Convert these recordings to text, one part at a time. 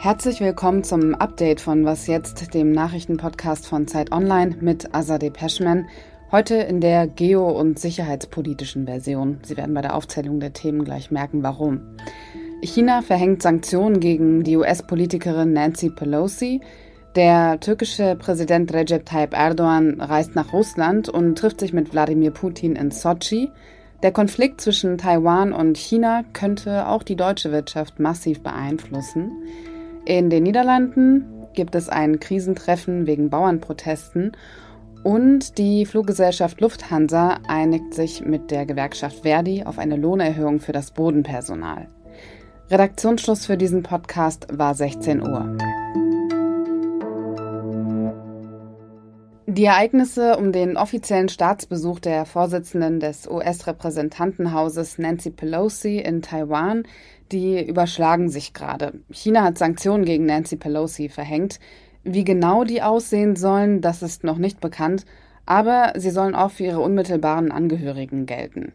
Herzlich willkommen zum Update von Was jetzt, dem Nachrichtenpodcast von Zeit Online mit Azadeh Peschman. Heute in der geo- und sicherheitspolitischen Version. Sie werden bei der Aufzählung der Themen gleich merken, warum. China verhängt Sanktionen gegen die US-Politikerin Nancy Pelosi. Der türkische Präsident Recep Tayyip Erdogan reist nach Russland und trifft sich mit Wladimir Putin in Sotschi. Der Konflikt zwischen Taiwan und China könnte auch die deutsche Wirtschaft massiv beeinflussen. In den Niederlanden gibt es ein Krisentreffen wegen Bauernprotesten und die Fluggesellschaft Lufthansa einigt sich mit der Gewerkschaft Verdi auf eine Lohnerhöhung für das Bodenpersonal. Redaktionsschluss für diesen Podcast war 16 Uhr. Die Ereignisse um den offiziellen Staatsbesuch der Vorsitzenden des US-Repräsentantenhauses Nancy Pelosi in Taiwan, die überschlagen sich gerade. China hat Sanktionen gegen Nancy Pelosi verhängt. Wie genau die aussehen sollen, das ist noch nicht bekannt, aber sie sollen auch für ihre unmittelbaren Angehörigen gelten.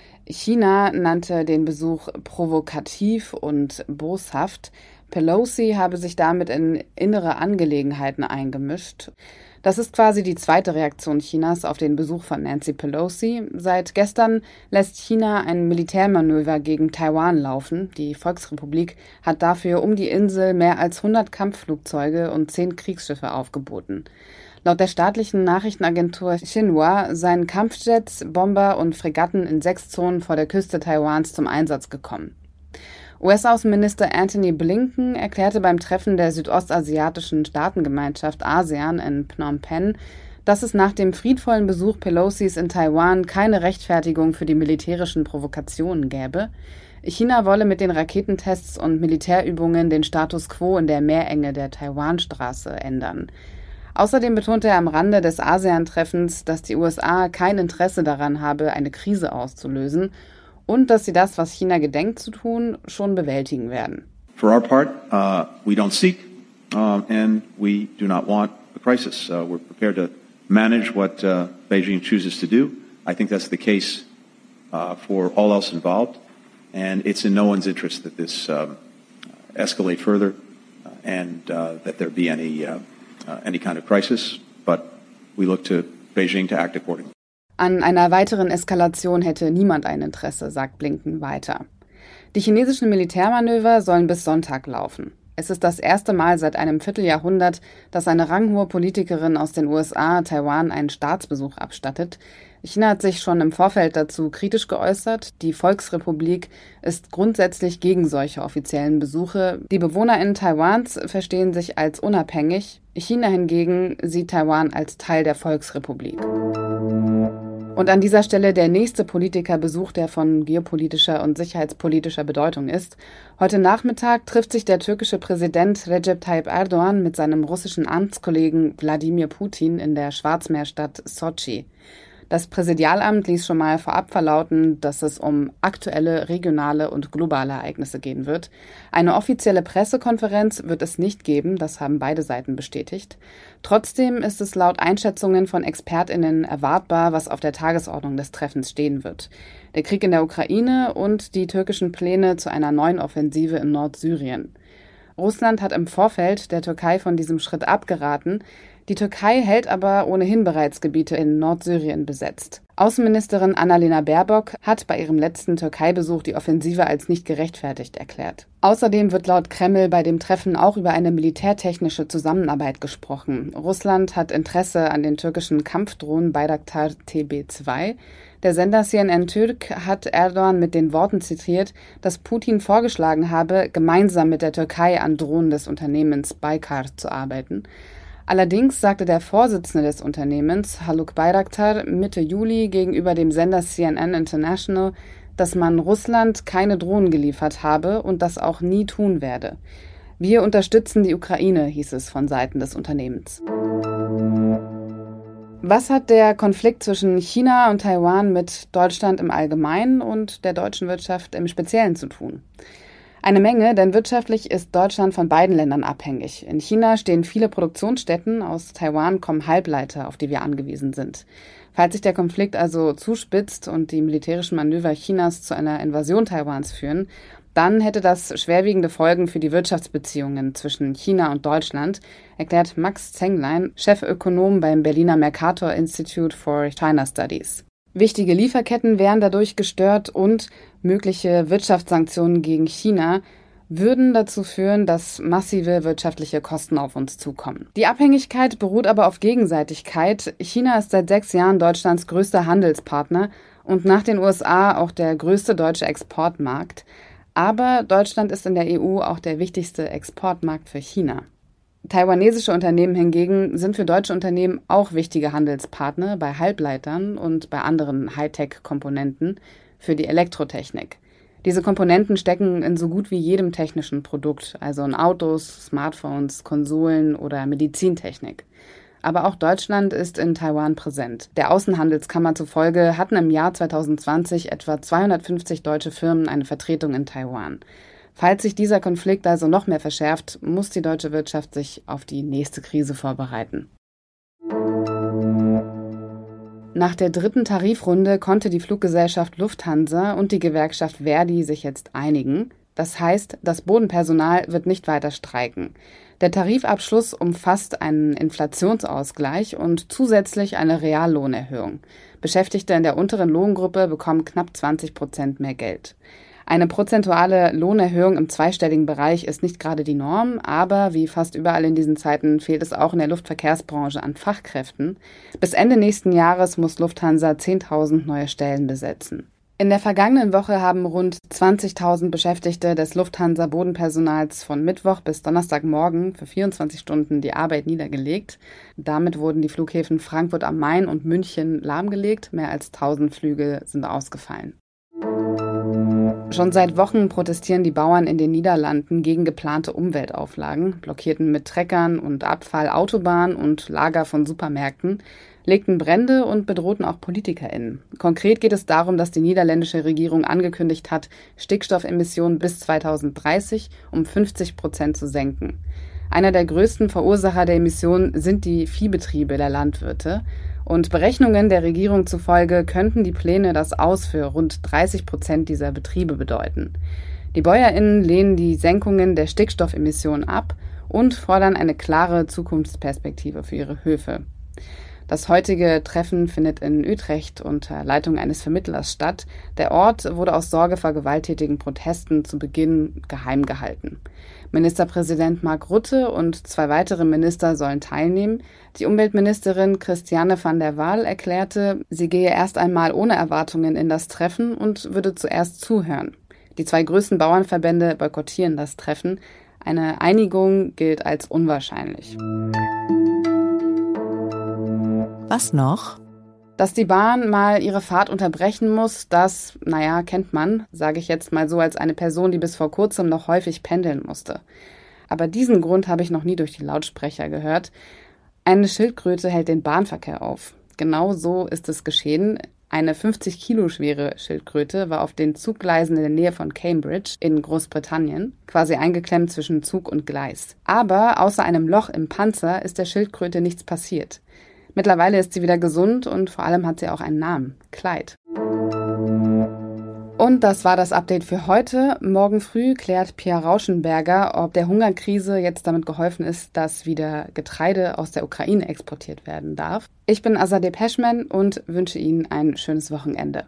China nannte den Besuch provokativ und boshaft. Pelosi habe sich damit in innere Angelegenheiten eingemischt. Das ist quasi die zweite Reaktion Chinas auf den Besuch von Nancy Pelosi. Seit gestern lässt China ein Militärmanöver gegen Taiwan laufen. Die Volksrepublik hat dafür um die Insel mehr als 100 Kampfflugzeuge und 10 Kriegsschiffe aufgeboten. Laut der staatlichen Nachrichtenagentur Xinhua seien Kampfjets, Bomber und Fregatten in 6 Zonen vor der Küste Taiwans zum Einsatz gekommen. US-Außenminister Antony Blinken erklärte beim Treffen der südostasiatischen Staatengemeinschaft ASEAN in Phnom Penh, dass es nach dem friedvollen Besuch Pelosis in Taiwan keine Rechtfertigung für die militärischen Provokationen gäbe. China wolle mit den Raketentests und Militärübungen den Status quo in der Meerenge der Taiwanstraße ändern. Außerdem betonte er am Rande des ASEAN-Treffens, dass die USA kein Interesse daran habe, eine Krise auszulösen und dass sie das, was China gedenkt zu tun, schon bewältigen werden. For our part, we don't seek and we do not want a crisis. We're prepared to manage what Beijing chooses to do. I think that's the case for all else involved, and it's in no one's interest that this escalate further and that there be any kind of crisis. But we look to Beijing to act accordingly. An einer weiteren Eskalation hätte niemand ein Interesse, sagt Blinken weiter. Die chinesischen Militärmanöver sollen bis Sonntag laufen. Es ist das erste Mal seit einem Vierteljahrhundert, dass eine ranghohe Politikerin aus den USA Taiwan einen Staatsbesuch abstattet. China hat sich schon im Vorfeld dazu kritisch geäußert. Die Volksrepublik ist grundsätzlich gegen solche offiziellen Besuche. Die BewohnerInnen Taiwans verstehen sich als unabhängig. China hingegen sieht Taiwan als Teil der Volksrepublik. Und an dieser Stelle der nächste Politikerbesuch, der von geopolitischer und sicherheitspolitischer Bedeutung ist. Heute Nachmittag trifft sich der türkische Präsident Recep Tayyip Erdogan mit seinem russischen Amtskollegen Wladimir Putin in der Schwarzmeerstadt Sotschi. Das Präsidialamt ließ schon mal vorab verlauten, dass es um aktuelle, regionale und globale Ereignisse gehen wird. Eine offizielle Pressekonferenz wird es nicht geben, das haben beide Seiten bestätigt. Trotzdem ist es laut Einschätzungen von ExpertInnen erwartbar, was auf der Tagesordnung des Treffens stehen wird. Der Krieg in der Ukraine und die türkischen Pläne zu einer neuen Offensive in Nordsyrien. Russland hat im Vorfeld der Türkei von diesem Schritt abgeraten. Die Türkei hält aber ohnehin bereits Gebiete in Nordsyrien besetzt. Außenministerin Annalena Baerbock hat bei ihrem letzten Türkei-Besuch die Offensive als nicht gerechtfertigt erklärt. Außerdem wird laut Kreml bei dem Treffen auch über eine militärtechnische Zusammenarbeit gesprochen. Russland hat Interesse an den türkischen Kampfdrohnen Bayraktar TB2. Der Sender CNN Türk hat Erdogan mit den Worten zitiert, dass Putin vorgeschlagen habe, gemeinsam mit der Türkei an Drohnen des Unternehmens Baykar zu arbeiten. Allerdings sagte der Vorsitzende des Unternehmens, Haluk Bayraktar, Mitte Juli gegenüber dem Sender CNN International, dass man Russland keine Drohnen geliefert habe und das auch nie tun werde. Wir unterstützen die Ukraine, hieß es von Seiten des Unternehmens. Was hat der Konflikt zwischen China und Taiwan mit Deutschland im Allgemeinen und der deutschen Wirtschaft im Speziellen zu tun? Eine Menge, denn wirtschaftlich ist Deutschland von beiden Ländern abhängig. In China stehen viele Produktionsstätten, aus Taiwan kommen Halbleiter, auf die wir angewiesen sind. Falls sich der Konflikt also zuspitzt und die militärischen Manöver Chinas zu einer Invasion Taiwans führen, Dann hätte das schwerwiegende Folgen für die Wirtschaftsbeziehungen zwischen China und Deutschland, erklärt Max Zenglein, Chefökonom beim Berliner Mercator Institute for China Studies. Wichtige Lieferketten wären dadurch gestört und mögliche Wirtschaftssanktionen gegen China würden dazu führen, dass massive wirtschaftliche Kosten auf uns zukommen. Die Abhängigkeit beruht aber auf Gegenseitigkeit. China ist seit 6 Jahren Deutschlands größter Handelspartner und nach den USA auch der größte deutsche Exportmarkt. Aber Deutschland ist in der EU auch der wichtigste Exportmarkt für China. Taiwanesische Unternehmen hingegen sind für deutsche Unternehmen auch wichtige Handelspartner bei Halbleitern und bei anderen Hightech-Komponenten für die Elektrotechnik. Diese Komponenten stecken in so gut wie jedem technischen Produkt, also in Autos, Smartphones, Konsolen oder Medizintechnik. Aber auch Deutschland ist in Taiwan präsent. Der Außenhandelskammer zufolge hatten im Jahr 2020 etwa 250 deutsche Firmen eine Vertretung in Taiwan. Falls sich dieser Konflikt also noch mehr verschärft, muss die deutsche Wirtschaft sich auf die nächste Krise vorbereiten. Nach der 3. Tarifrunde konnte die Fluggesellschaft Lufthansa und die Gewerkschaft ver.di sich jetzt einigen. Das heißt, das Bodenpersonal wird nicht weiter streiken. Der Tarifabschluss umfasst einen Inflationsausgleich und zusätzlich eine Reallohnerhöhung. Beschäftigte in der unteren Lohngruppe bekommen knapp 20% mehr Geld. Eine prozentuale Lohnerhöhung im zweistelligen Bereich ist nicht gerade die Norm, aber wie fast überall in diesen Zeiten fehlt es auch in der Luftverkehrsbranche an Fachkräften. Bis Ende nächsten Jahres muss Lufthansa 10.000 neue Stellen besetzen. In der vergangenen Woche haben rund 20.000 Beschäftigte des Lufthansa-Bodenpersonals von Mittwoch bis Donnerstagmorgen für 24 Stunden die Arbeit niedergelegt. Damit wurden die Flughäfen Frankfurt am Main und München lahmgelegt. Mehr als 1.000 Flüge sind ausgefallen. Schon seit Wochen protestieren die Bauern in den Niederlanden gegen geplante Umweltauflagen, blockierten mit Treckern und Abfall Autobahnen und Lager von Supermärkten, legten Brände und bedrohten auch PolitikerInnen. Konkret geht es darum, dass die niederländische Regierung angekündigt hat, Stickstoffemissionen bis 2030 um 50% zu senken. Einer der größten Verursacher der Emissionen sind die Viehbetriebe der Landwirte. Und Berechnungen der Regierung zufolge könnten die Pläne das Aus für rund 30% dieser Betriebe bedeuten. Die BäuerInnen lehnen die Senkungen der Stickstoffemissionen ab und fordern eine klare Zukunftsperspektive für ihre Höfe. Das heutige Treffen findet in Utrecht unter Leitung eines Vermittlers statt. Der Ort wurde aus Sorge vor gewalttätigen Protesten zu Beginn geheim gehalten. Ministerpräsident Mark Rutte und 2 weitere Minister sollen teilnehmen. Die Umweltministerin Christiane van der Waal erklärte, sie gehe erst einmal ohne Erwartungen in das Treffen und würde zuerst zuhören. Die 2 größten Bauernverbände boykottieren das Treffen. Eine Einigung gilt als unwahrscheinlich. Was noch? Dass die Bahn mal ihre Fahrt unterbrechen muss, das, kennt man, sage ich jetzt mal so als eine Person, die bis vor kurzem noch häufig pendeln musste. Aber diesen Grund habe ich noch nie durch die Lautsprecher gehört. Eine Schildkröte hält den Bahnverkehr auf. Genau so ist es geschehen. Eine 50 Kilo schwere Schildkröte war auf den Zuggleisen in der Nähe von Cambridge in Großbritannien, quasi eingeklemmt zwischen Zug und Gleis. Aber außer einem Loch im Panzer ist der Schildkröte nichts passiert. Mittlerweile ist sie wieder gesund und vor allem hat sie auch einen Namen, Clyde. Und das war das Update für heute. Morgen früh klärt Pia Rauschenberger, ob der Hungerkrise jetzt damit geholfen ist, dass wieder Getreide aus der Ukraine exportiert werden darf. Ich bin Azadeh Peschman und wünsche Ihnen ein schönes Wochenende.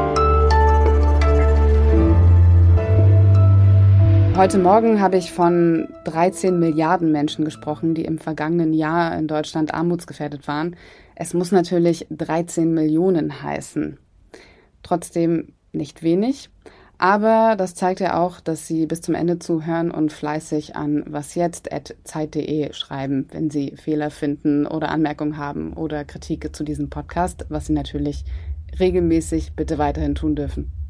Heute Morgen habe ich von 13 Milliarden Menschen gesprochen, die im vergangenen Jahr in Deutschland armutsgefährdet waren. Es muss natürlich 13 Millionen heißen. Trotzdem nicht wenig. Aber das zeigt ja auch, dass Sie bis zum Ende zuhören und fleißig an wasjetzt@zeit.de schreiben, wenn Sie Fehler finden oder Anmerkungen haben oder Kritik zu diesem Podcast, was Sie natürlich regelmäßig bitte weiterhin tun dürfen.